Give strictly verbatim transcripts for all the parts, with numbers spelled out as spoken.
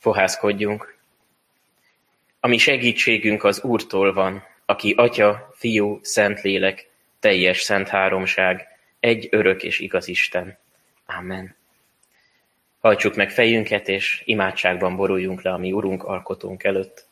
Fohászkodjunk. A mi segítségünk az Úrtól van, aki Atya, Fiú, Szentlélek, teljes szent háromság, egy örök és igaz Isten. Amen. Hajtsuk meg fejünket, és imádságban boruljunk le a mi Urunk alkotónk előtt.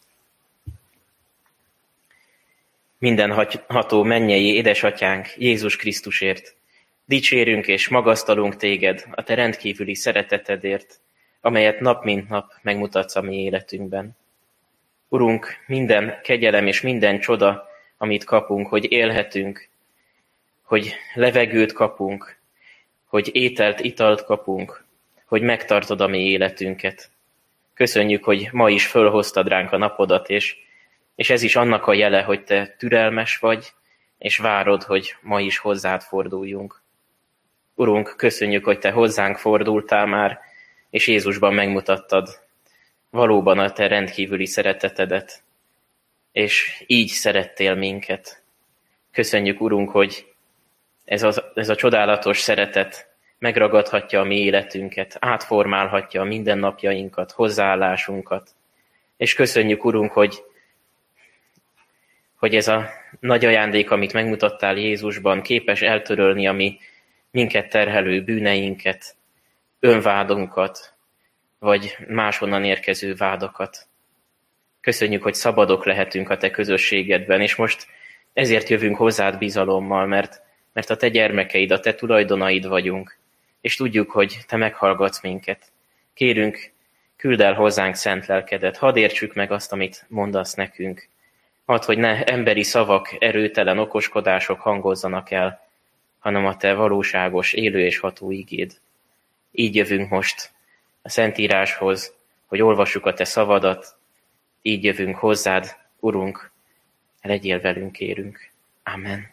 Mindenható mennyei édesatyánk, Jézus Krisztusért, dicsérünk és magasztalunk téged a te rendkívüli szeretetedért, amelyet nap mint nap megmutatsz a mi életünkben. Urunk, minden kegyelem és minden csoda, amit kapunk, hogy élhetünk, hogy levegőt kapunk, hogy ételt, italt kapunk, hogy megtartod a mi életünket. Köszönjük, hogy ma is fölhoztad ránk a napodat, és, és ez is annak a jele, hogy te türelmes vagy, és várod, hogy ma is hozzád forduljunk. Urunk, köszönjük, hogy te hozzánk fordultál már, és Jézusban megmutattad valóban a te rendkívüli szeretetedet, és így szerettél minket. Köszönjük, Urunk, hogy ez a, ez a csodálatos szeretet megragadhatja a mi életünket, átformálhatja a mindennapjainkat, hozzáállásunkat. És köszönjük, Urunk, hogy, hogy ez a nagy ajándék, amit megmutattál Jézusban, képes eltörölni a mi minket terhelő bűneinket, önvádunkat, vagy máshonnan érkező vádakat. Köszönjük, hogy szabadok lehetünk a te közösségedben, és most ezért jövünk hozzád bizalommal, mert, mert a te gyermekeid, a te tulajdonaid vagyunk, és tudjuk, hogy te meghallgatsz minket. Kérünk, küldd el hozzánk szent lelkedet, hadd értsük meg azt, amit mondasz nekünk. Hadd, hogy ne emberi szavak, erőtelen okoskodások hangozzanak el, hanem a te valóságos, élő és ható igéd. Így jövünk most a Szentíráshoz, hogy olvassuk a te szavadat, így jövünk hozzád, Urunk, legyél velünk, kérünk. Amen.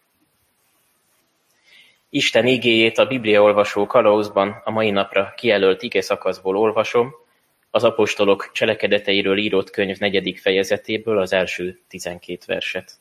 Isten igéjét a bibliaolvasó kalauzban a mai napra kijelölt ige szakaszból olvasom, az apostolok cselekedeteiről írott könyv negyedik fejezetéből az első tizenkét verset.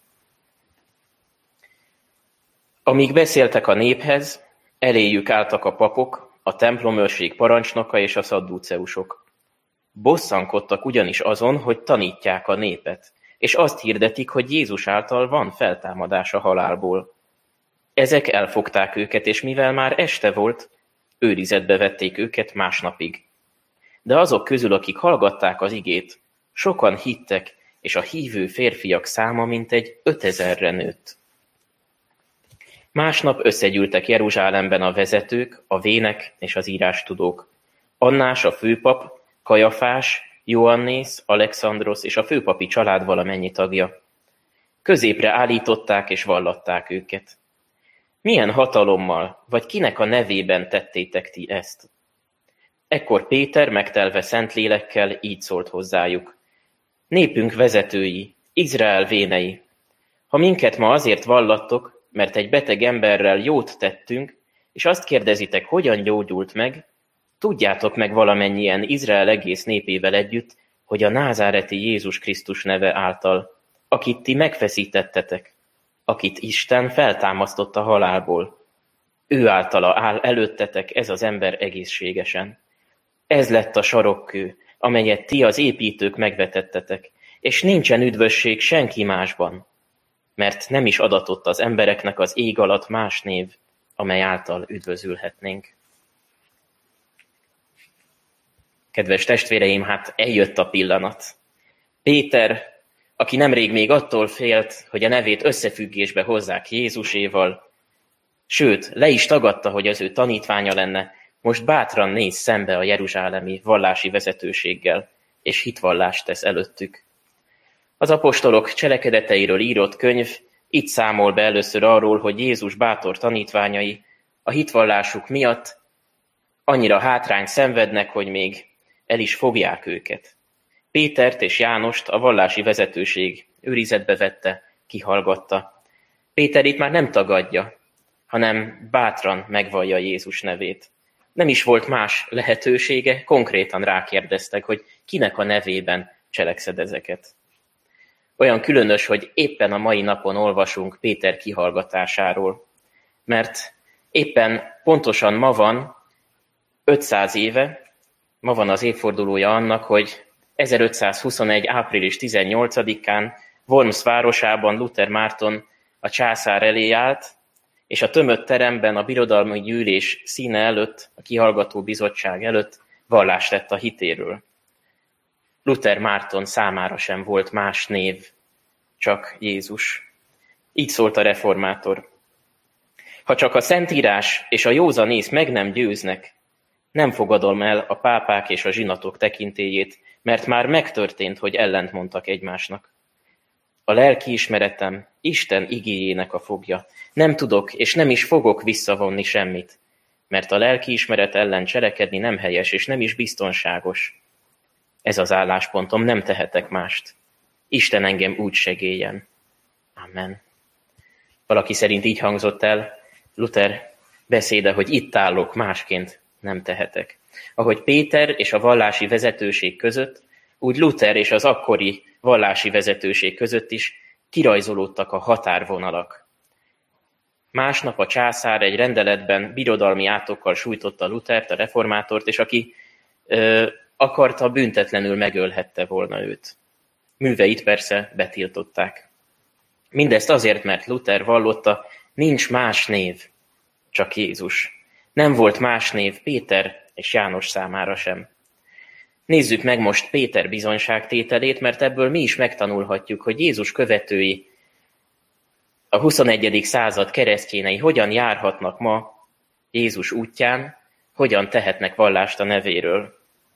Amíg beszéltek a néphez, eléjük álltak a papok, a templomőrség parancsnoka és a szaddúceusok. Bosszankodtak ugyanis azon, hogy tanítják a népet, és azt hirdetik, hogy Jézus által van feltámadás a halálból. Ezek elfogták őket, és mivel már este volt, őrizetbe vették őket másnapig. De azok közül, akik hallgatták az igét, sokan hittek, és a hívő férfiak száma mintegy ötezerre nőtt. Másnap összegyűltek Jeruzsálemben a vezetők, a vének és az írástudók. Annás a főpap, Kajafás, Joannész, Alexandrosz és a főpapi család valamennyi tagja. Középre állították és vallatták őket. Milyen hatalommal, vagy kinek a nevében tettétek ti ezt? Ekkor Péter, megtelve Szentlélekkel, így szólt hozzájuk. Népünk vezetői, Izrael vénei, ha minket ma azért vallattok, mert egy beteg emberrel jót tettünk, és azt kérdezitek, hogyan gyógyult meg, tudjátok meg valamennyien Izrael egész népével együtt, hogy a názáreti Jézus Krisztus neve által, akit ti megfeszítettetek, akit Isten feltámasztott a halálból. Ő általa áll előttetek ez az ember egészségesen. Ez lett a sarokkő, amelyet ti az építők megvetettetek, és nincsen üdvösség senki másban, mert nem is adatott az embereknek az ég alatt más név, amely által üdvözülhetnénk. Kedves testvéreim, hát eljött a pillanat. Péter, aki nemrég még attól félt, hogy a nevét összefüggésbe hozzák Jézuséval, sőt, le is tagadta, hogy az ő tanítványa lenne, most bátran néz szembe a jeruzsálemi vallási vezetőséggel, és hitvallást tesz előttük. Az apostolok cselekedeteiről írott könyv itt számol be először arról, hogy Jézus bátor tanítványai a hitvallásuk miatt annyira hátrányt szenvednek, hogy még el is fogják őket. Pétert és Jánost a vallási vezetőség őrizetbe vette, kihallgatta. Péter itt már nem tagadja, hanem bátran megvallja Jézus nevét. Nem is volt más lehetősége, konkrétan rákérdeztek, hogy kinek a nevében cselekszed ezeket. Olyan különös, hogy éppen a mai napon olvasunk Péter kihallgatásáról, mert éppen pontosan ma van ötszáz éve, Ma van az évfordulója annak, hogy ezerötszázhuszonegy. április tizennyolcadikán Worms városában Luther Márton a császár elé állt, és a tömött teremben a birodalmi gyűlés színe előtt, a kihallgató bizottság előtt vallást tett a hitéről. Luther Márton számára sem volt más név, csak Jézus. Így szólt a reformátor. Ha csak a Szentírás és a józan ész meg nem győznek, nem fogadom el a pápák és a zsinatok tekintélyét, mert már megtörtént, hogy ellentmondtak egymásnak. A lelkiismeretem Isten igéjének a fogja. Nem tudok és nem is fogok visszavonni semmit, mert a lelkiismeret ellen cselekedni nem helyes és nem is biztonságos. Ez az álláspontom, nem tehetek mást. Isten engem úgy segéljen. Amen. Valaki szerint így hangzott el Luther beszéde, hogy itt állok, másként nem tehetek. Ahogy Péter és a vallási vezetőség között, úgy Luther és az akkori vallási vezetőség között is kirajzolódtak a határvonalak. Másnap a császár egy rendeletben birodalmi átokkal sújtotta Luthert, a reformátort, és aki ö, akarta, büntetlenül megölhette volna őt. Műveit persze betiltották. Mindezt azért, mert Luther vallotta, nincs más név, csak Jézus. Nem volt más név Péter és János számára sem. Nézzük meg most Péter bizonyságtételét, mert ebből mi is megtanulhatjuk, hogy Jézus követői, a huszonegyedik század keresztjénei hogyan járhatnak ma Jézus útján, hogyan tehetnek vallást a nevéről.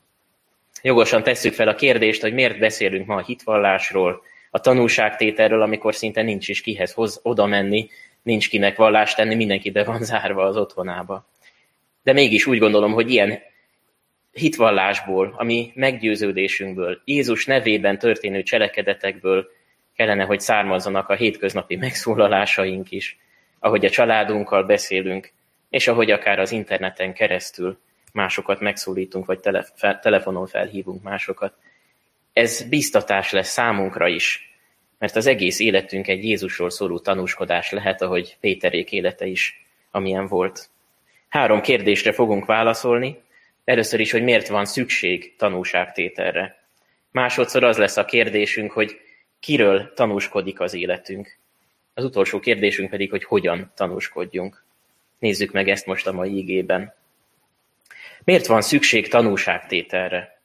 Jogosan tesszük fel a kérdést, hogy miért beszélünk ma a hitvallásról, a tanúságtételről, amikor szinte nincs is kihez hoz oda menni, nincs kinek vallást tenni, mindenki be van zárva az otthonába. De mégis úgy gondolom, hogy ilyen hitvallásból, ami meggyőződésünkből, Jézus nevében történő cselekedetekből kellene, hogy származzanak a hétköznapi megszólalásaink is, ahogy a családunkkal beszélünk, és ahogy akár az interneten keresztül másokat megszólítunk, vagy tele, fel, telefonon felhívunk másokat. Ez biztatás lesz számunkra is, mert az egész életünk egy Jézusról szóló tanúskodás lehet, ahogy Péterék élete is, amilyen volt. Három kérdésre fogunk válaszolni. Először is, hogy miért van szükség tanúságtételre. Másodszor az lesz a kérdésünk, hogy kiről tanúskodik az életünk. Az utolsó kérdésünk pedig, hogy hogyan tanúskodjunk. Nézzük meg ezt most a mai igében. Miért van szükség tanúságtételre?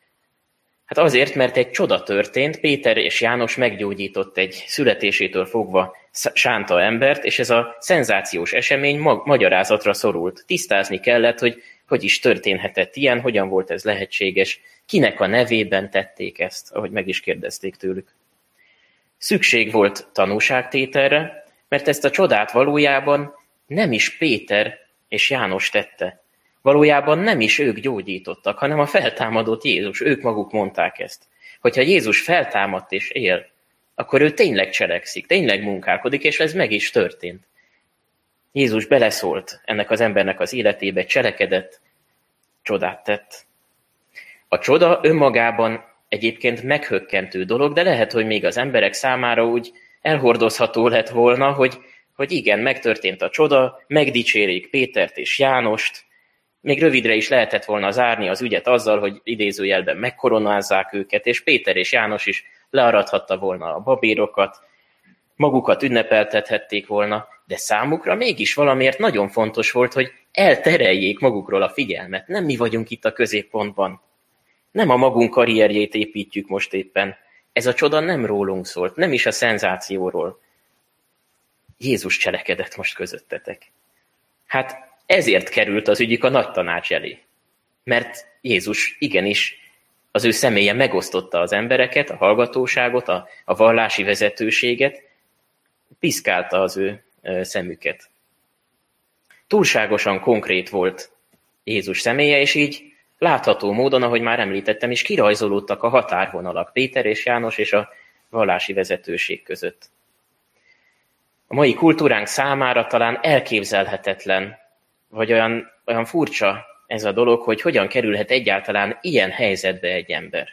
Hát azért, mert egy csoda történt, Péter és János meggyógyított egy születésétől fogva sánta embert, és ez a szenzációs esemény ma- magyarázatra szorult. Tisztázni kellett, hogy hogy is történhetett ilyen, hogyan volt ez lehetséges, kinek a nevében tették ezt, ahogy meg is kérdezték tőlük. Szükség volt tanúságtételre, mert ezt a csodát valójában nem is Péter és János tette. Valójában nem is ők gyógyítottak, hanem a feltámadott Jézus. Ők maguk mondták ezt. Hogyha Jézus feltámadt és él, akkor ő tényleg cselekszik, tényleg munkálkodik, és ez meg is történt. Jézus beleszólt ennek az embernek az életébe, cselekedett, csodát tett. A csoda önmagában egyébként meghökkentő dolog, de lehet, hogy még az emberek számára úgy elhordozható lett volna, hogy, hogy igen, megtörtént a csoda, megdicsérik Pétert és Jánost, még rövidre is lehetett volna zárni az ügyet azzal, hogy idézőjelben megkoronázzák őket, és Péter és János is learadhatta volna a babérokat, magukat ünnepeltethették volna, de számukra mégis valamiért nagyon fontos volt, hogy eltereljék magukról a figyelmet. Nem mi vagyunk itt a középpontban. Nem a magunk karrierjét építjük most éppen. Ez a csoda nem rólunk szólt, nem is a szenzációról. Jézus cselekedett most közöttetek. Hát ezért került az ügyük a nagy tanács elé. Mert Jézus igenis az ő személye megosztotta az embereket, a hallgatóságot, a, a vallási vezetőséget, piszkálta az ő szemüket. Túlságosan konkrét volt Jézus személye, és így látható módon, ahogy már említettem is, kirajzolódtak a határvonalak Péter és János és a vallási vezetőség között. A mai kultúránk számára talán elképzelhetetlen, vagy olyan, olyan furcsa ez a dolog, hogy hogyan kerülhet egyáltalán ilyen helyzetbe egy ember.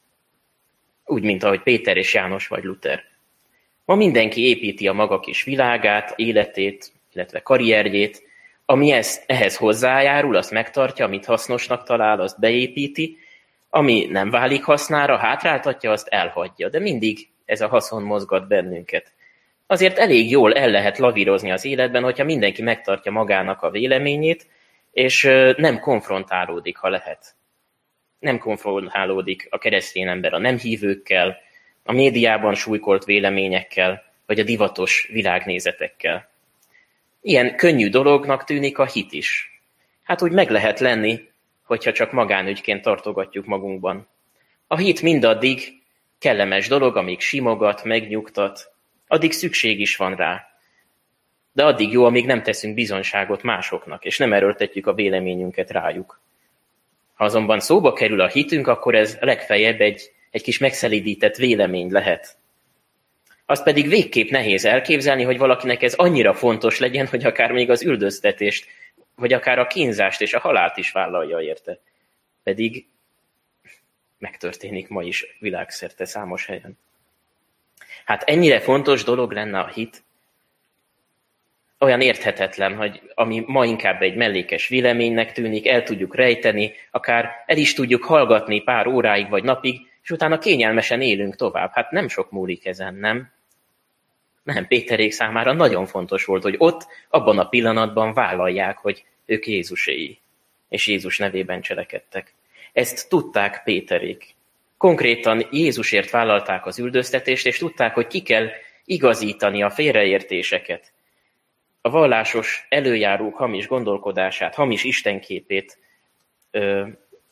Úgy, mint ahogy Péter és János vagy Luther. Ma mindenki építi a maga kis világát, életét, illetve karrierjét Ami ezt, ehhez hozzájárul, azt megtartja, amit hasznosnak talál, azt beépíti, ami nem válik hasznára, hátráltatja, azt elhagyja. De mindig ez a haszon mozgat bennünket. Azért elég jól el lehet lavírozni az életben, hogyha mindenki megtartja magának a véleményét, és nem konfrontálódik, ha lehet. Nem konfrontálódik a keresztény ember a nem hívőkkel, a médiában súlykolt véleményekkel, vagy a divatos világnézetekkel. Ilyen könnyű dolognak tűnik a hit is. Hát úgy meg lehet lenni, hogyha csak magánügyként tartogatjuk magunkban. A hit mindaddig kellemes dolog, amíg simogat, megnyugtat, addig szükség is van rá. De addig jó, amíg nem teszünk bizonyságot másoknak, és nem erőltetjük a véleményünket rájuk. Ha azonban szóba kerül a hitünk, akkor ez legfeljebb egy, egy kis megszelídített vélemény lehet. Azt pedig végképp nehéz elképzelni, hogy valakinek ez annyira fontos legyen, hogy akár még az üldöztetést, vagy akár a kínzást és a halált is vállalja érte. Pedig megtörténik ma is világszerte számos helyen. Hát ennyire fontos dolog lenne a hit, olyan érthetetlen, hogy ami ma inkább egy mellékes véleménynek tűnik, el tudjuk rejteni, akár el is tudjuk hallgatni pár óráig vagy napig, és utána kényelmesen élünk tovább. Hát nem sok múlik ezen, nem? Nem, Péterék számára nagyon fontos volt, hogy ott, abban a pillanatban vállalják, hogy ők Jézuséi, és Jézus nevében cselekedtek. Ezt tudták Péterék. Konkrétan Jézusért vállalták az üldöztetést, és tudták, hogy ki kell igazítani a félreértéseket. A vallásos előjárók hamis gondolkodását, hamis istenképét ö,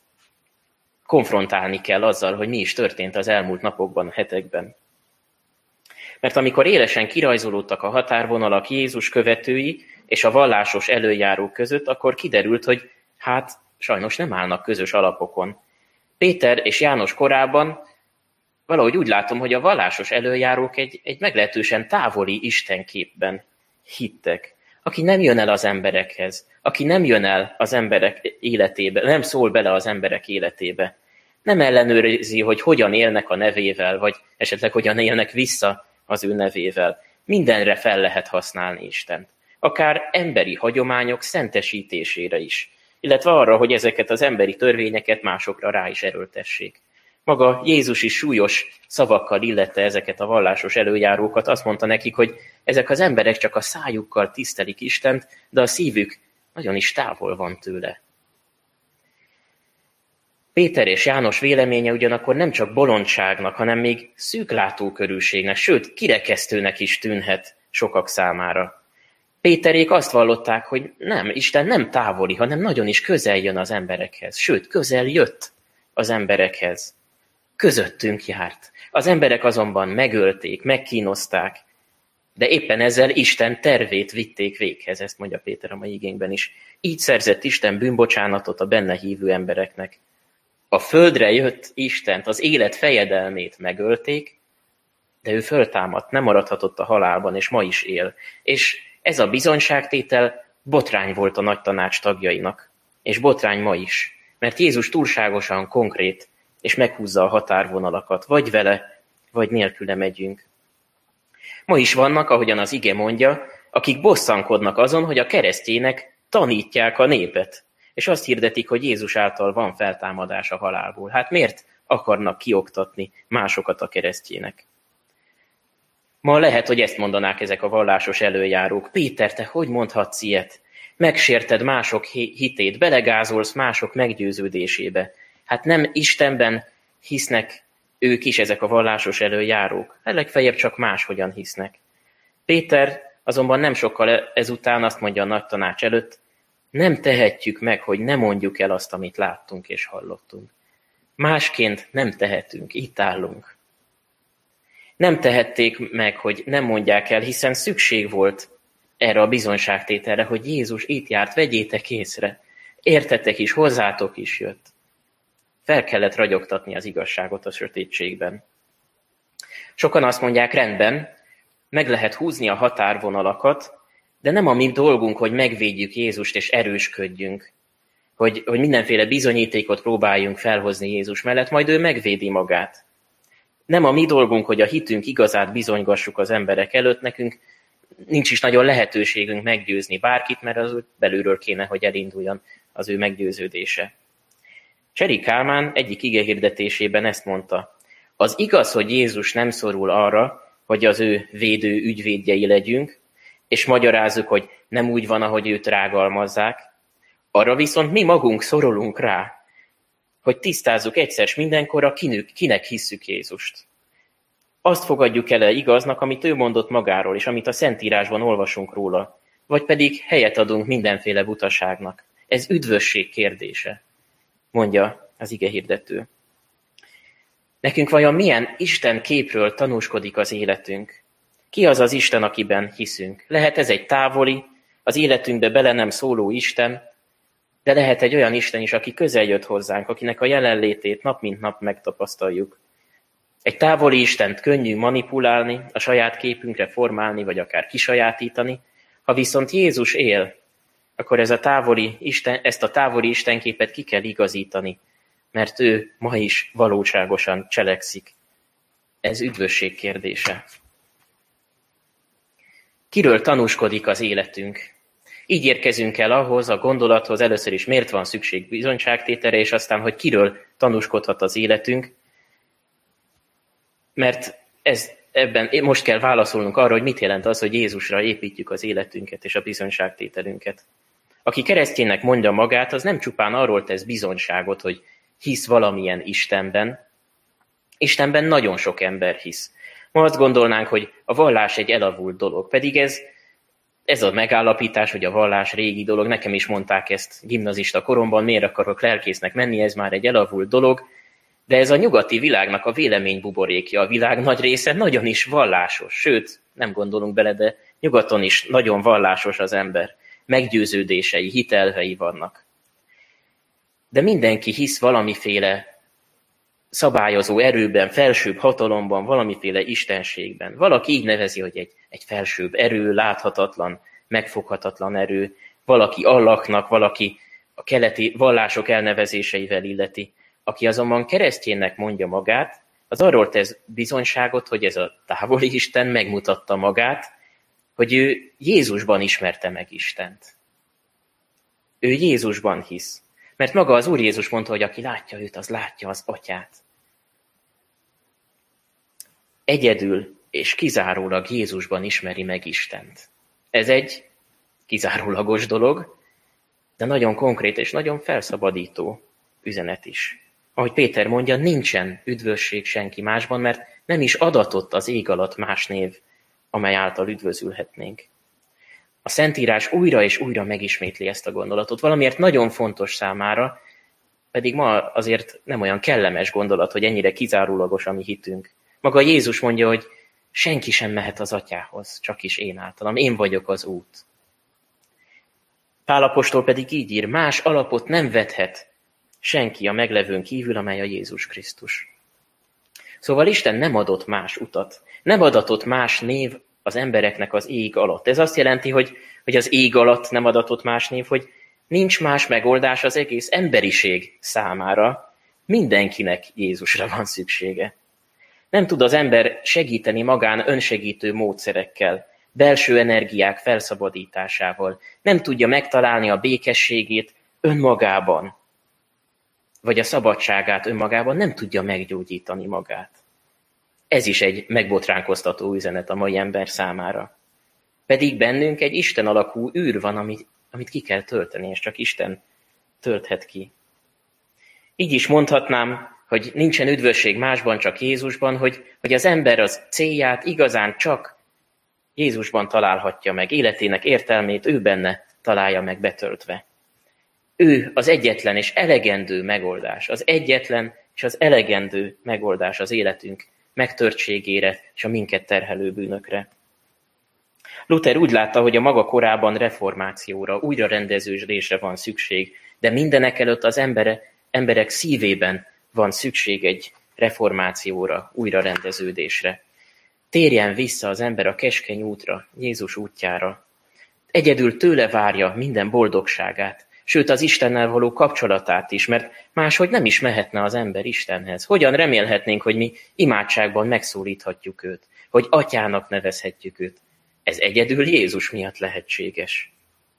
konfrontálni kell azzal, hogy mi is történt az elmúlt napokban, hetekben. Mert amikor élesen kirajzolódtak a határvonalak Jézus követői és a vallásos előjárók között, akkor kiderült, hogy hát sajnos nem állnak közös alapokon. Péter és János korában valahogy úgy látom, hogy a vallásos előjárók egy, egy meglehetősen távoli istenképben hittek, aki nem jön el az emberekhez, aki nem jön el az emberek életébe, nem szól bele az emberek életébe, nem ellenőrzi, hogy hogyan élnek a nevével, vagy esetleg hogyan élnek vissza az ő nevével. Mindenre fel lehet használni Istent. Akár emberi hagyományok szentesítésére is, illetve arra, hogy ezeket az emberi törvényeket másokra rá is erőltessék. Maga Jézus is súlyos szavakkal illette ezeket a vallásos előjárókat, azt mondta nekik, hogy ezek az emberek csak a szájukkal tisztelik Istent, de a szívük nagyon is távol van tőle. Péter és János véleménye ugyanakkor nem csak bolondságnak, hanem még szűklátókörűségnek, sőt, kirekesztőnek is tűnhet sokak számára. Péterék azt vallották, hogy nem, Isten nem távoli, hanem nagyon is közel jön az emberekhez, sőt, közel jött az emberekhez. Közöttünk járt. Az emberek azonban megölték, megkínozták, de éppen ezzel Isten tervét vitték véghez, ezt mondja Péter a mai igénkben is. Így szerzett Isten bűnbocsánatot a benne hívő embereknek. A földre jött Istent, az élet fejedelmét megölték, de ő föltámadt, nem maradhatott a halálban, és ma is él. És ez a bizonyságtétel botrány volt a nagy tanács tagjainak, és botrány ma is, mert Jézus túlságosan konkrét, és meghúzza a határvonalakat, vagy vele, vagy nélküle megyünk. Ma is vannak, ahogyan az ige mondja, akik bosszankodnak azon, hogy a keresztjének tanítják a népet, és azt hirdetik, hogy Jézus által van feltámadás a halálból. Hát miért akarnak kioktatni másokat a keresztjének? Ma lehet, hogy ezt mondanák ezek a vallásos előjárók. Péter, te hogy mondhatsz ilyet? Megsérted mások hitét, belegázolsz mások meggyőződésébe. Hát nem Istenben hisznek ők is, ezek a vallásos előjárók. Legfeljebb csak máshogyan hisznek. Péter azonban nem sokkal ezután azt mondja a nagy tanács előtt, nem tehetjük meg, hogy ne mondjuk el azt, amit láttunk és hallottunk. Másként nem tehetünk, itt állunk. Nem tehették meg, hogy nem mondják el, hiszen szükség volt erre a bizonyságtételre, hogy Jézus itt járt, vegyétek észre. Értetek is, hozzátok is jött. Fel kellett ragyogtatni az igazságot a sötétségben. Sokan azt mondják, rendben, meg lehet húzni a határvonalakat, de nem a mi dolgunk, hogy megvédjük Jézust és erősködjünk, hogy, hogy mindenféle bizonyítékot próbáljunk felhozni Jézus mellett, majd ő megvédi magát. Nem a mi dolgunk, hogy a hitünk igazát bizonygassuk az emberek előtt, nekünk nincs is nagyon lehetőségünk meggyőzni bárkit, mert az belülről kéne, hogy elinduljon az ő meggyőződése. Cseri Kálmán egyik igehirdetésében ezt mondta: az igaz, hogy Jézus nem szorul arra, hogy az ő védő ügyvédjei legyünk, és magyarázzuk, hogy nem úgy van, ahogy őt rágalmazzák, arra viszont mi magunk szorulunk rá, hogy tisztázzuk egyszer s mindenkorra, kinek, kinek hisszük Jézust. Azt fogadjuk el igaznak, amit ő mondott magáról, és amit a Szentírásban olvasunk róla, vagy pedig helyet adunk mindenféle butaságnak. Ez üdvösség kérdése, mondja az igehirdető. Nekünk vajon milyen Isten képről tanúskodik az életünk? Ki az az Isten, akiben hiszünk? Lehet ez egy távoli, az életünkbe bele nem szóló Isten, de lehet egy olyan Isten is, aki közel jött hozzánk, akinek a jelenlétét nap mint nap megtapasztaljuk. Egy távoli Istent könnyű manipulálni, a saját képünkre formálni, vagy akár kisajátítani. Ha viszont Jézus él, akkor ez a távoli Isten, ezt a távoli istenképet ki kell igazítani, mert ő ma is valóságosan cselekszik. Ez üdvösség kérdése. Kiről tanúskodik az életünk? Így érkezünk el ahhoz a gondolathoz először is, miért van szükség bizonyságtételre, és aztán, hogy kiről tanúskodhat az életünk, mert ez, ebben most kell válaszolnunk arra, hogy mit jelent az, hogy Jézusra építjük az életünket és a bizonyságtételünket. Aki kereszténynek mondja magát, az nem csupán arról tesz bizonyságot, hogy hisz valamilyen Istenben. Istenben nagyon sok ember hisz. Ma azt gondolnánk, hogy a vallás egy elavult dolog, pedig ez, ez a megállapítás, hogy a vallás régi dolog, nekem is mondták ezt gimnazista koromban, miért akarok lelkésznek menni, ez már egy elavult dolog, de ez a nyugati világnak a véleménybuborékja, a világ nagy része nagyon is vallásos, sőt, nem gondolunk bele, de nyugaton is nagyon vallásos az ember. Meggyőződései, hitelvei vannak. De mindenki hisz valamiféle szabályozó erőben, felsőbb hatalomban, valamiféle istenségben. Valaki így nevezi, hogy egy, egy felsőbb erő, láthatatlan, megfoghatatlan erő, valaki Allahnak, valaki a keleti vallások elnevezéseivel illeti. Aki azonban kereszténynek mondja magát, az arról tesz bizonyságot, hogy ez a távoli Isten megmutatta magát, hogy ő Jézusban ismerte meg Istent. Ő Jézusban hisz. Mert maga az Úr Jézus mondta, hogy aki látja őt, az látja az Atyát. Egyedül és kizárólag Jézusban ismeri meg Istent. Ez egy kizárólagos dolog, de nagyon konkrét és nagyon felszabadító üzenet is. Ahogy Péter mondja, nincsen üdvösség senki másban, mert nem is adatott az ég alatt más név, amely által üdvözülhetnénk. A Szentírás újra és újra megismétli ezt a gondolatot, valamiért nagyon fontos számára, pedig ma azért nem olyan kellemes gondolat, hogy ennyire kizárólagos a mi hitünk. Maga Jézus mondja, hogy senki sem mehet az Atyához, csak is én általam, én vagyok az út. Pál apostol pedig így ír, más alapot nem vethet senki a meglevőn kívül, amely a Jézus Krisztus. Szóval Isten nem adott más utat, nem adatott más név az embereknek az ég alatt. Ez azt jelenti, hogy, hogy az ég alatt nem adatott más név, hogy nincs más megoldás az egész emberiség számára. Mindenkinek Jézusra van szüksége. Nem tud az ember segíteni magán önsegítő módszerekkel, belső energiák felszabadításával. Nem tudja megtalálni a békességét önmagában, vagy a szabadságát önmagában, nem tudja meggyógyítani magát. Ez is egy megbotránkoztató üzenet a mai ember számára. Pedig bennünk egy Isten alakú űr van, amit, amit ki kell tölteni, és csak Isten tölthet ki. Így is mondhatnám, hogy nincsen üdvösség másban, csak Jézusban, hogy, hogy az ember az célját igazán csak Jézusban találhatja meg, életének értelmét ő benne találja meg betöltve. Ő az egyetlen és elegendő megoldás, az egyetlen és az elegendő megoldás az életünk megtörtségére és a minket terhelő bűnökre. Luther úgy látta, hogy a maga korában reformációra, újrarendeződésre van szükség, de mindenekelőtt az embere, emberek szívében van szükség egy reformációra, újrarendeződésre. Térjen vissza az ember a keskeny útra, Jézus útjára. Egyedül tőle várja minden boldogságát, sőt az Istennel való kapcsolatát is, mert máshogy nem is mehetne az ember Istenhez. Hogyan remélhetnénk, hogy mi imádságban megszólíthatjuk őt, hogy atyának nevezhetjük őt? Ez egyedül Jézus miatt lehetséges.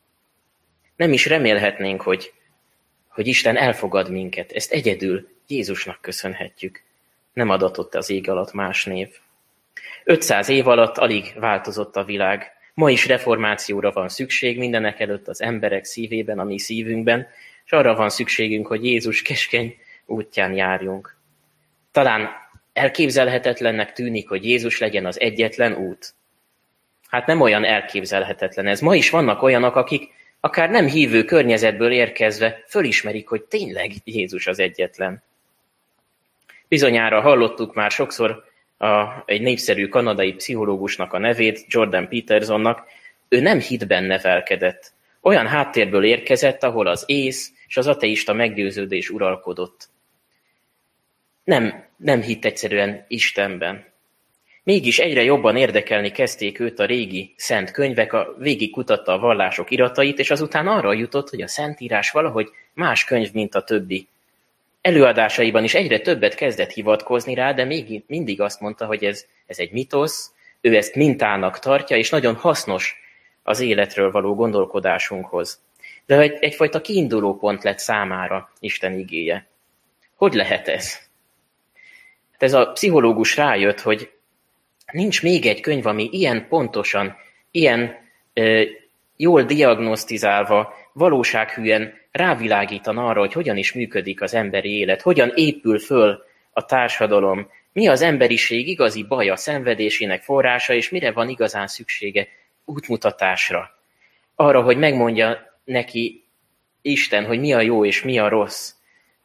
Nem is remélhetnénk, hogy, hogy Isten elfogad minket. Ezt egyedül Jézusnak köszönhetjük. Nem adatott az ég alatt más név. ötszáz év alatt alig változott a világ. Ma is reformációra van szükség mindenekelőtt az emberek szívében, a mi szívünkben, és arra van szükségünk, hogy Jézus keskeny útján járjunk. Talán elképzelhetetlennek tűnik, hogy Jézus legyen az egyetlen út. Hát nem olyan elképzelhetetlen ez. Ma is vannak olyanok, akik akár nem hívő környezetből érkezve fölismerik, hogy tényleg Jézus az egyetlen. Bizonyára hallottuk már sokszor a, egy népszerű kanadai pszichológusnak a nevét, Jordan Petersonnak. Ő nem hitben nevelkedett. Olyan háttérből érkezett, ahol az ész és az ateista meggyőződés uralkodott. Nem, nem hitt egyszerűen Istenben. Mégis egyre jobban érdekelni kezdték őt a régi szent könyvek, a végig kutatta a vallások iratait, és azután arra jutott, hogy a Szentírás valahogy más könyv, mint a többi. Előadásaiban is egyre többet kezdett hivatkozni rá, de még mindig azt mondta, hogy ez, ez egy mitosz, ő ezt mintának tartja, és nagyon hasznos az életről való gondolkodásunkhoz. De egy, egyfajta kiinduló pont lett számára Isten igéje. Hogy lehet ez? Hát ez a pszichológus rájött, hogy nincs még egy könyv, ami ilyen pontosan, ilyen ö, jól diagnosztizálva, valósághűen rávilágítana arra, hogy hogyan is működik az emberi élet, hogyan épül föl a társadalom, mi az emberiség igazi baja, szenvedésének forrása, és mire van igazán szüksége útmutatásra. Arra, hogy megmondja neki Isten, hogy mi a jó és mi a rossz,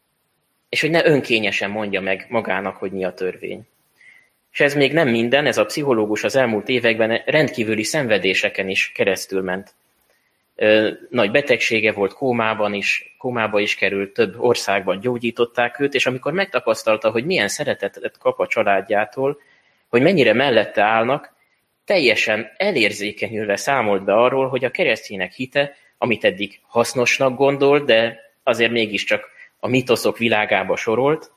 és hogy ne önkényesen mondja meg magának, hogy mi a törvény. És ez még nem minden, ez a pszichológus az elmúlt években rendkívüli szenvedéseken is keresztül ment. Nagy betegsége volt, kómában is, kómába is került, több országban gyógyították őt, és amikor megtapasztalta, hogy milyen szeretetet kap a családjától, hogy mennyire mellette állnak, teljesen elérzékenyülve számolt be arról, hogy a keresztények hite, amit eddig hasznosnak gondolt, de azért mégiscsak a mitoszok világába sorolt,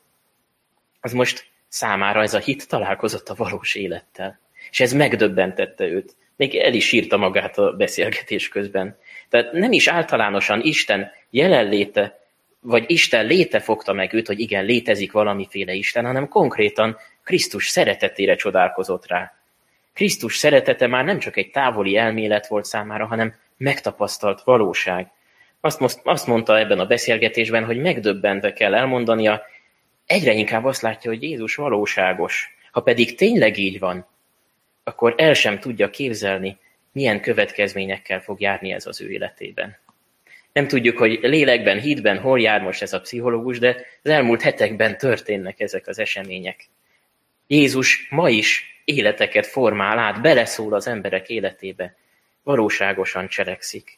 az most számára ez a hit találkozott a valós élettel. És ez megdöbbentette őt. Még el is sírta magát a beszélgetés közben. Tehát nem is általánosan Isten jelenléte, vagy Isten léte fogta meg őt, hogy igen, létezik valamiféle Isten, hanem konkrétan Krisztus szeretetére csodálkozott rá. Krisztus szeretete már nem csak egy távoli elmélet volt számára, hanem megtapasztalt valóság. Azt, azt mondta ebben a beszélgetésben, hogy megdöbbenve kell elmondania, egyre inkább azt látja, hogy Jézus valóságos. Ha pedig tényleg így van, akkor el sem tudja képzelni, milyen következményekkel fog járni ez az ő életében. Nem tudjuk, hogy lélekben, hitben hol jár most ez a pszichológus, de az elmúlt hetekben történnek ezek az események. Jézus ma is életeket formál át, beleszól az emberek életébe, valóságosan cselekszik.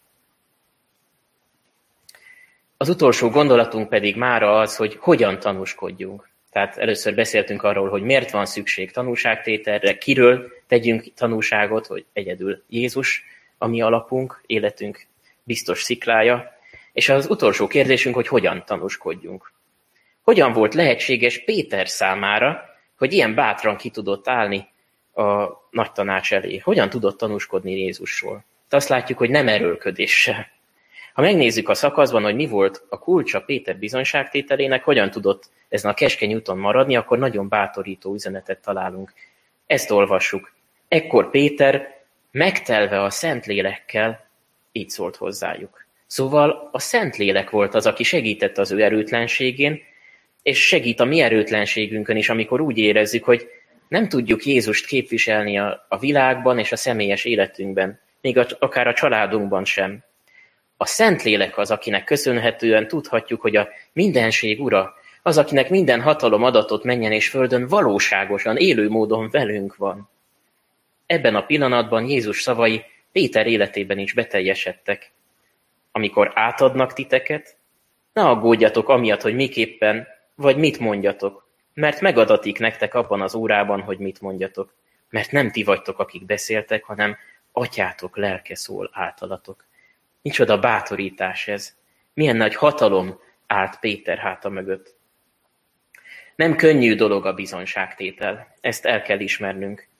Az utolsó gondolatunk pedig mára az, hogy hogyan tanúskodjunk. Tehát először beszéltünk arról, hogy miért van szükség tanúságtételre, kiről tegyünk tanúságot, hogy egyedül Jézus, a mi alapunk, életünk biztos sziklája. És az utolsó kérdésünk, hogy hogyan tanúskodjunk. Hogyan volt lehetséges Péter számára, hogy ilyen bátran ki tudott állni a nagy tanács elé? Hogyan tudott tanúskodni Jézusról? De azt látjuk, hogy nem erőlködéssel. Ha megnézzük a szakaszban, hogy mi volt a kulcsa Péter bizonyságtételének, hogyan tudott ezen a keskeny úton maradni, akkor nagyon bátorító üzenetet találunk. Ezt olvassuk. Ekkor Péter, megtelve a Szentlélekkel, így szólt hozzájuk. Szóval a Szentlélek volt az, aki segített az ő erőtlenségén, és segít a mi erőtlenségünkön is, amikor úgy érezzük, hogy nem tudjuk Jézust képviselni a, a világban és a személyes életünkben, még a, akár a családunkban sem. A Szentlélek az, akinek köszönhetően tudhatjuk, hogy a mindenség ura, az, akinek minden hatalom adatot menjen és földön valóságosan, élő módon velünk van. Ebben a pillanatban Jézus szavai Péter életében is beteljesedtek. Amikor átadnak titeket, ne aggódjatok amiatt, hogy miképpen, vagy mit mondjatok, mert megadatik nektek abban az órában, hogy mit mondjatok. Mert nem ti vagytok, akik beszéltek, hanem atyátok lelke szól általatok. Micsoda bátorítás ez! Milyen nagy hatalom állt Péter háta mögött. Nem könnyű dolog a bizonyságtétel, ezt el kell ismernünk.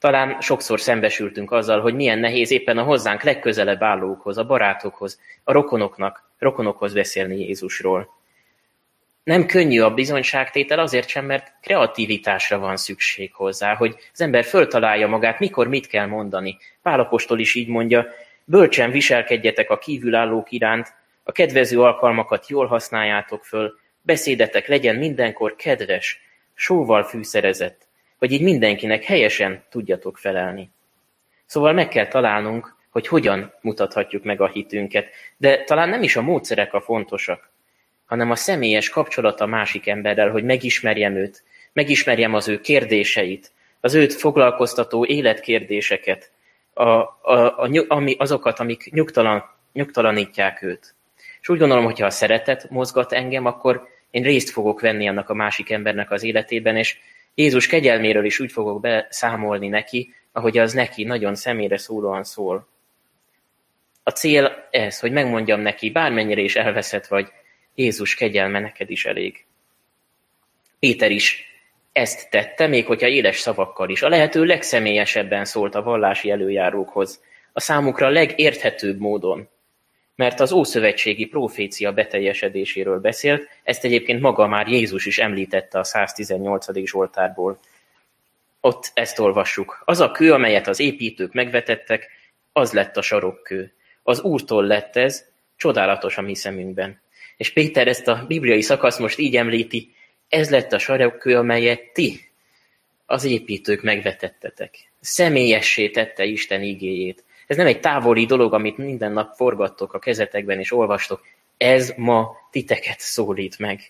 Talán sokszor szembesültünk azzal, hogy milyen nehéz éppen a hozzánk legközelebb állókhoz, a barátokhoz, a rokonoknak, rokonokhoz beszélni Jézusról. Nem könnyű a bizonyságtétel azért sem, mert kreativitásra van szükség hozzá, hogy az ember föltalálja magát, mikor mit kell mondani. Pál apostol is így mondja, bölcsen viselkedjetek a kívülállók iránt, a kedvező alkalmakat jól használjátok föl, beszédetek legyen mindenkor kedves, sóval fűszerezett, hogy így mindenkinek helyesen tudjatok felelni. Szóval meg kell találnunk, hogy hogyan mutathatjuk meg a hitünket, de talán nem is a módszerek a fontosak, hanem a személyes kapcsolat a másik emberrel, hogy megismerjem őt, megismerjem az ő kérdéseit, az őt foglalkoztató életkérdéseket, a, a, a, ami, azokat, amik nyugtalan, nyugtalanítják őt. És úgy gondolom, hogyha a szeretet mozgat engem, akkor én részt fogok venni annak a másik embernek az életében, és Jézus kegyelméről is úgy fogok beszámolni neki, ahogy az neki nagyon személyre szólóan szól. A cél ez, hogy megmondjam neki, bármennyire is elveszett vagy, Jézus kegyelme neked is elég. Péter is ezt tette, még hogyha éles szavakkal is. A lehető legszemélyesebben szólt a vallási előjárókhoz, a számukra legérthetőbb módon. Mert az ószövetségi profécia beteljesedéséről beszélt, ezt egyébként maga már Jézus is említette a száztizennyolcadik Zsoltárból. Ott ezt olvassuk. Az a kő, amelyet az építők megvetettek, az lett a sarokkő. Az Úrtól lett ez, csodálatos a mi szemünkben. És Péter ezt a bibliai szakaszt most így említi, ez lett a sarokkő, amelyet ti, az építők megvetettetek. Személyessé tette Isten igéjét. Ez nem egy távoli dolog, amit minden nap forgattok a kezetekben és olvastok. Ez ma titeket szólít meg.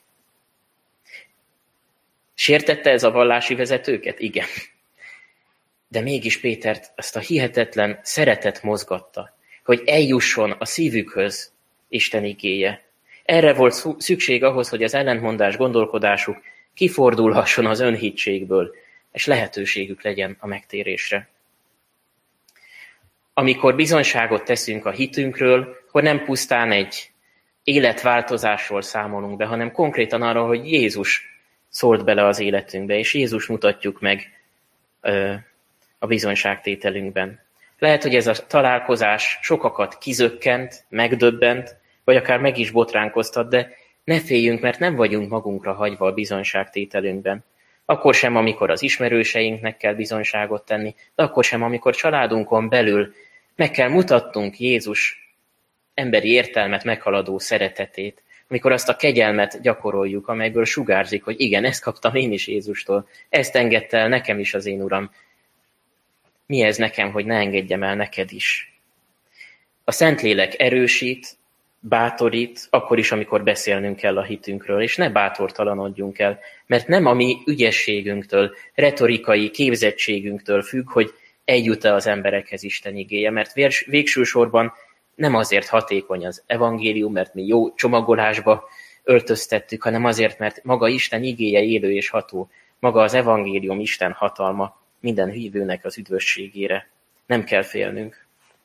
Sértette ez a vallási vezetőket? Igen. De mégis Pétert azt a hihetetlen szeretet mozgatta, hogy eljusson a szívükhöz Isten igéje. Erre volt szükség ahhoz, hogy az ellentmondás gondolkodásuk kifordulhasson az önhitségből, és lehetőségük legyen a megtérésre. Amikor bizonyságot teszünk a hitünkről, akkor nem pusztán egy életváltozásról számolunk be, hanem konkrétan arra, hogy Jézus szólt bele az életünkbe, és Jézus mutatjuk meg ö, a bizonyságtételünkben. Lehet, hogy ez a találkozás sokakat kizökkent, megdöbbent, vagy akár meg is botránkoztat, de ne féljünk, mert nem vagyunk magunkra hagyva a bizonyságtételünkben. Akkor sem, amikor az ismerőseinknek kell bizonyságot tenni, de akkor sem, amikor családunkon belül meg kell mutatnunk Jézus emberi értelmet meghaladó szeretetét, amikor azt a kegyelmet gyakoroljuk, amelyből sugárzik, hogy igen, ezt kaptam én is Jézustól, ezt engedte el nekem is az én Uram. Mi ez nekem, hogy ne engedjem el neked is? A Szentlélek erősít, bátorít, akkor is, amikor beszélnünk kell a hitünkről, és ne bátortalanodjunk el, mert nem a mi ügyességünktől, retorikai képzettségünktől függ, hogy eljut-e az emberekhez Isten igéje, mert végső sorban nem azért hatékony az evangélium, mert mi jó csomagolásba öltöztettük, hanem azért, mert maga Isten igéje élő és ható, maga az evangélium Isten hatalma minden hívőnek az üdvösségére. Nem kell félnünk.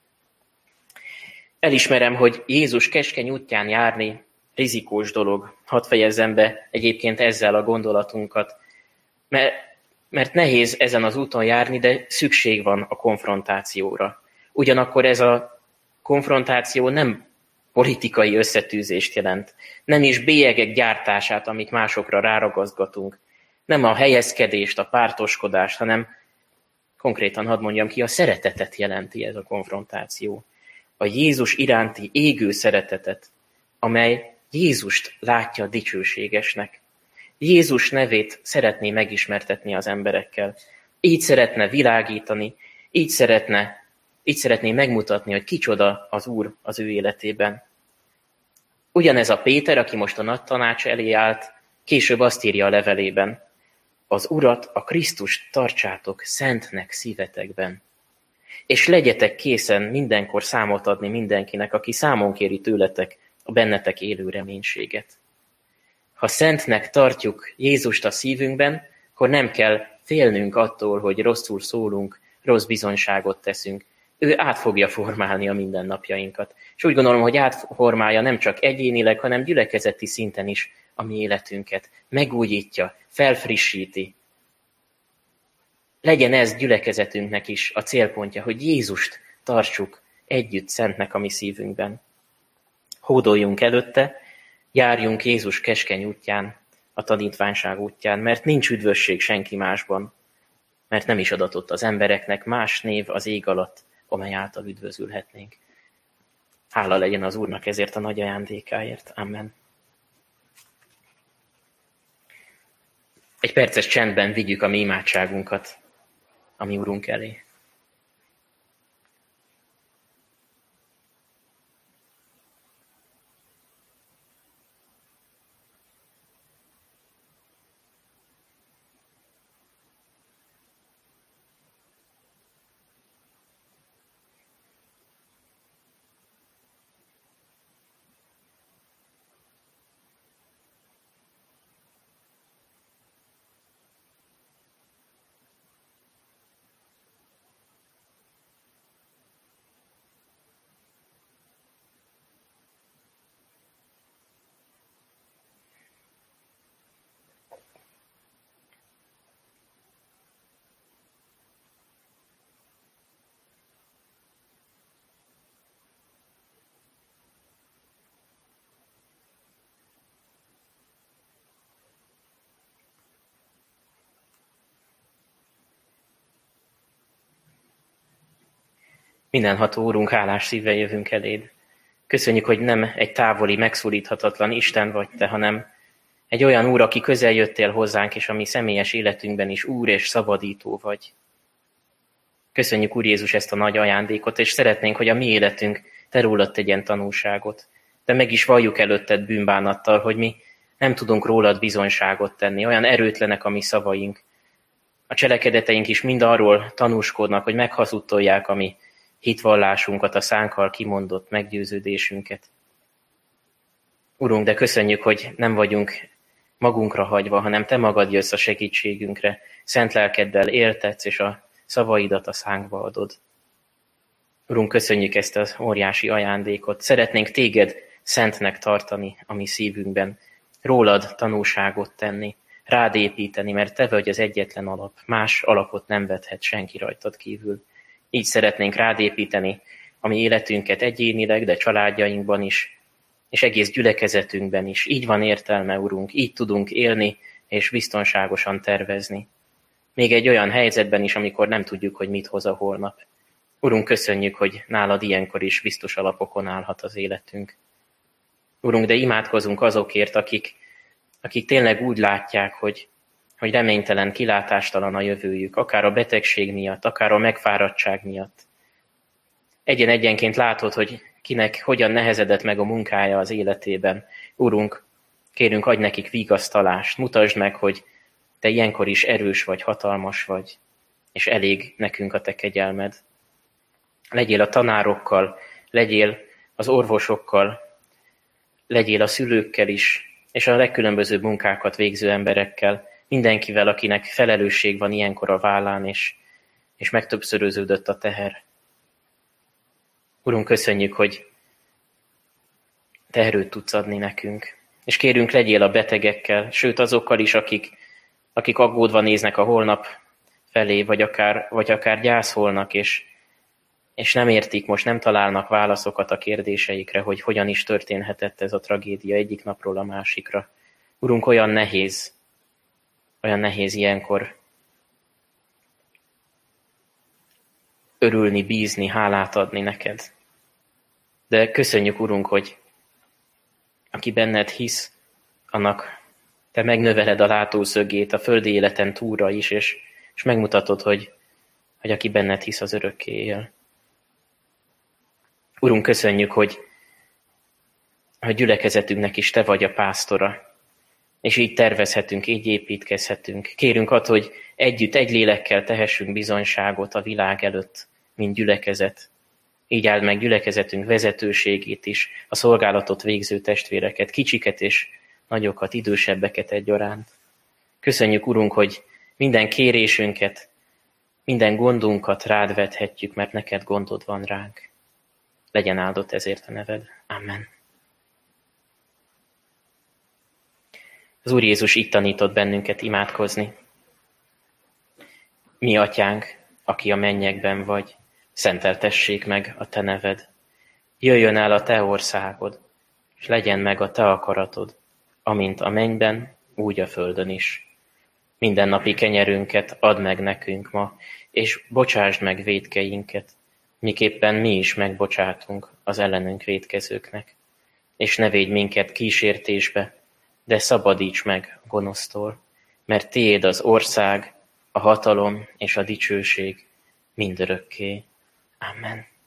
Elismerem, hogy Jézus keskeny útján járni rizikós dolog. Hadd fejezzem be egyébként ezzel a gondolatunkat, mert, mert nehéz ezen az úton járni, de szükség van a konfrontációra. Ugyanakkor ez a konfrontáció nem politikai összetűzést jelent, nem is bélyegek gyártását, amit másokra ráragazgatunk, nem a helyezkedést, a pártoskodást, hanem konkrétan hadd mondjam ki, a szeretetet jelenti ez a konfrontáció. A Jézus iránti égő szeretetet, amely Jézust látja dicsőségesnek. Jézus nevét szeretné megismertetni az emberekkel. Így szeretne világítani, így szeretne, így szeretné megmutatni, hogy kicsoda az Úr az ő életében. Ugyanez a Péter, aki most a nagy tanács elé állt, később azt írja a levelében, az Urat, a Krisztust tartsátok szentnek szívetekben. És legyetek készen mindenkor számot adni mindenkinek, aki számon kéri tőletek a bennetek élő reménységet. Ha szentnek tartjuk Jézust a szívünkben, akkor nem kell félnünk attól, hogy rosszul szólunk, rossz bizonyságot teszünk. Ő át fogja formálni a mindennapjainkat. És úgy gondolom, hogy átformálja nem csak egyénileg, hanem gyülekezeti szinten is a mi életünket. Megújítja, felfrissíti. Legyen ez gyülekezetünknek is a célpontja, hogy Jézust tartsuk együtt szentnek a mi szívünkben. Hódoljunk előtte, járjunk Jézus keskeny útján, a tanítványság útján, mert nincs üdvösség senki másban, mert nem is adatott az embereknek más név az ég alatt, amely által üdvözülhetnénk. Hála legyen az Úrnak ezért a nagy ajándékáért. Amen. Egy perces csendben vigyük a mi imádságunkat a mi Urunk elé. Mindenható Úrunk, hálás szívvel jövünk eléd. Köszönjük, hogy nem egy távoli, megszólíthatatlan Isten vagy te, hanem egy olyan Úr, aki közel jöttél hozzánk, és a mi személyes életünkben is Úr és szabadító vagy. Köszönjük, Úr Jézus, ezt a nagy ajándékot, és szeretnénk, hogy a mi életünk te rólad tegyen tanúságot. De meg is valljuk előtted bűnbánattal, hogy mi nem tudunk rólad bizonyságot tenni, olyan erőtlenek a mi szavaink. A cselekedeteink is mind arról tanúskodnak, hogy meghazudtolják a mi hitvallásunkat, a szánkkal kimondott meggyőződésünket. Urunk, de köszönjük, hogy nem vagyunk magunkra hagyva, hanem te magad jössz a segítségünkre, szent lelkeddel éltetsz, és a szavaidat a szánkba adod. Urunk, köszönjük ezt az óriási ajándékot. Szeretnénk téged szentnek tartani a mi szívünkben, rólad tanúságot tenni, rád építeni, mert te vagy az egyetlen alap, más alapot nem vethet senki rajtad kívül. Így szeretnénk rád építeni a mi életünket egyénileg, de családjainkban is, és egész gyülekezetünkben is. Így van értelme, Urunk, így tudunk élni és biztonságosan tervezni. Még egy olyan helyzetben is, amikor nem tudjuk, hogy mit hoz a holnap. Urunk, köszönjük, hogy nálad ilyenkor is biztos alapokon állhat az életünk. Urunk, de imádkozunk azokért, akik, akik tényleg úgy látják, hogy, hogy reménytelen, kilátástalan a jövőjük, akár a betegség miatt, akár a megfáradtság miatt. Egyen-egyenként látod, hogy kinek hogyan nehezedett meg a munkája az életében. Urunk, kérünk, adj nekik vigasztalást, mutasd meg, hogy te ilyenkor is erős vagy, hatalmas vagy, és elég nekünk a te kegyelmed. Legyél a tanárokkal, legyél az orvosokkal, legyél a szülőkkel is, és a legkülönbözőbb munkákat végző emberekkel, mindenkivel, akinek felelősség van ilyenkor a vállán, és, és megtöbbszöröződött a teher. Urunk, köszönjük, hogy te erőt tudsz adni nekünk, és kérünk, legyél a betegekkel, sőt azokkal is, akik, akik aggódva néznek a holnap felé, vagy akár, vagy akár gyászolnak, és, és nem értik, most nem találnak válaszokat a kérdéseikre, hogy hogyan is történhetett ez a tragédia egyik napról a másikra. Urunk, olyan nehéz, olyan nehéz ilyenkor örülni, bízni, hálát adni neked. De köszönjük, Urunk, hogy aki benned hisz, annak te megnöveled a látószögét a földi életen túlra is, és, és megmutatod, hogy, hogy aki benned hisz, az örökké él. Urunk, köszönjük, hogy, hogy gyülekezetünknek is te vagy a pásztora, és így tervezhetünk, így építkezhetünk. Kérünk attól, hogy együtt, egy lélekkel tehessünk bizonyságot a világ előtt, mint gyülekezet. Így áld meg gyülekezetünk vezetőségét is, a szolgálatot végző testvéreket, kicsiket és nagyokat, idősebbeket egyaránt. Köszönjük, Urunk, hogy minden kérésünket, minden gondunkat rád vethetjük, mert neked gondod van ránk. Legyen áldott ezért a neved. Amen. Az Úr Jézus itt tanított bennünket imádkozni. Mi atyánk, aki a mennyekben vagy, szenteltessék meg a te neved. Jöjjön el a te országod, és legyen meg a te akaratod, amint a mennyben, úgy a földön is. Mindennapi kenyerünket add meg nekünk ma, és bocsásd meg vétkeinket, miképpen mi is megbocsátunk az ellenünk vétkezőknek. És ne védj minket kísértésbe, de szabadíts meg a gonosztól, mert tiéd az ország, a hatalom és a dicsőség mindörökké. Amen.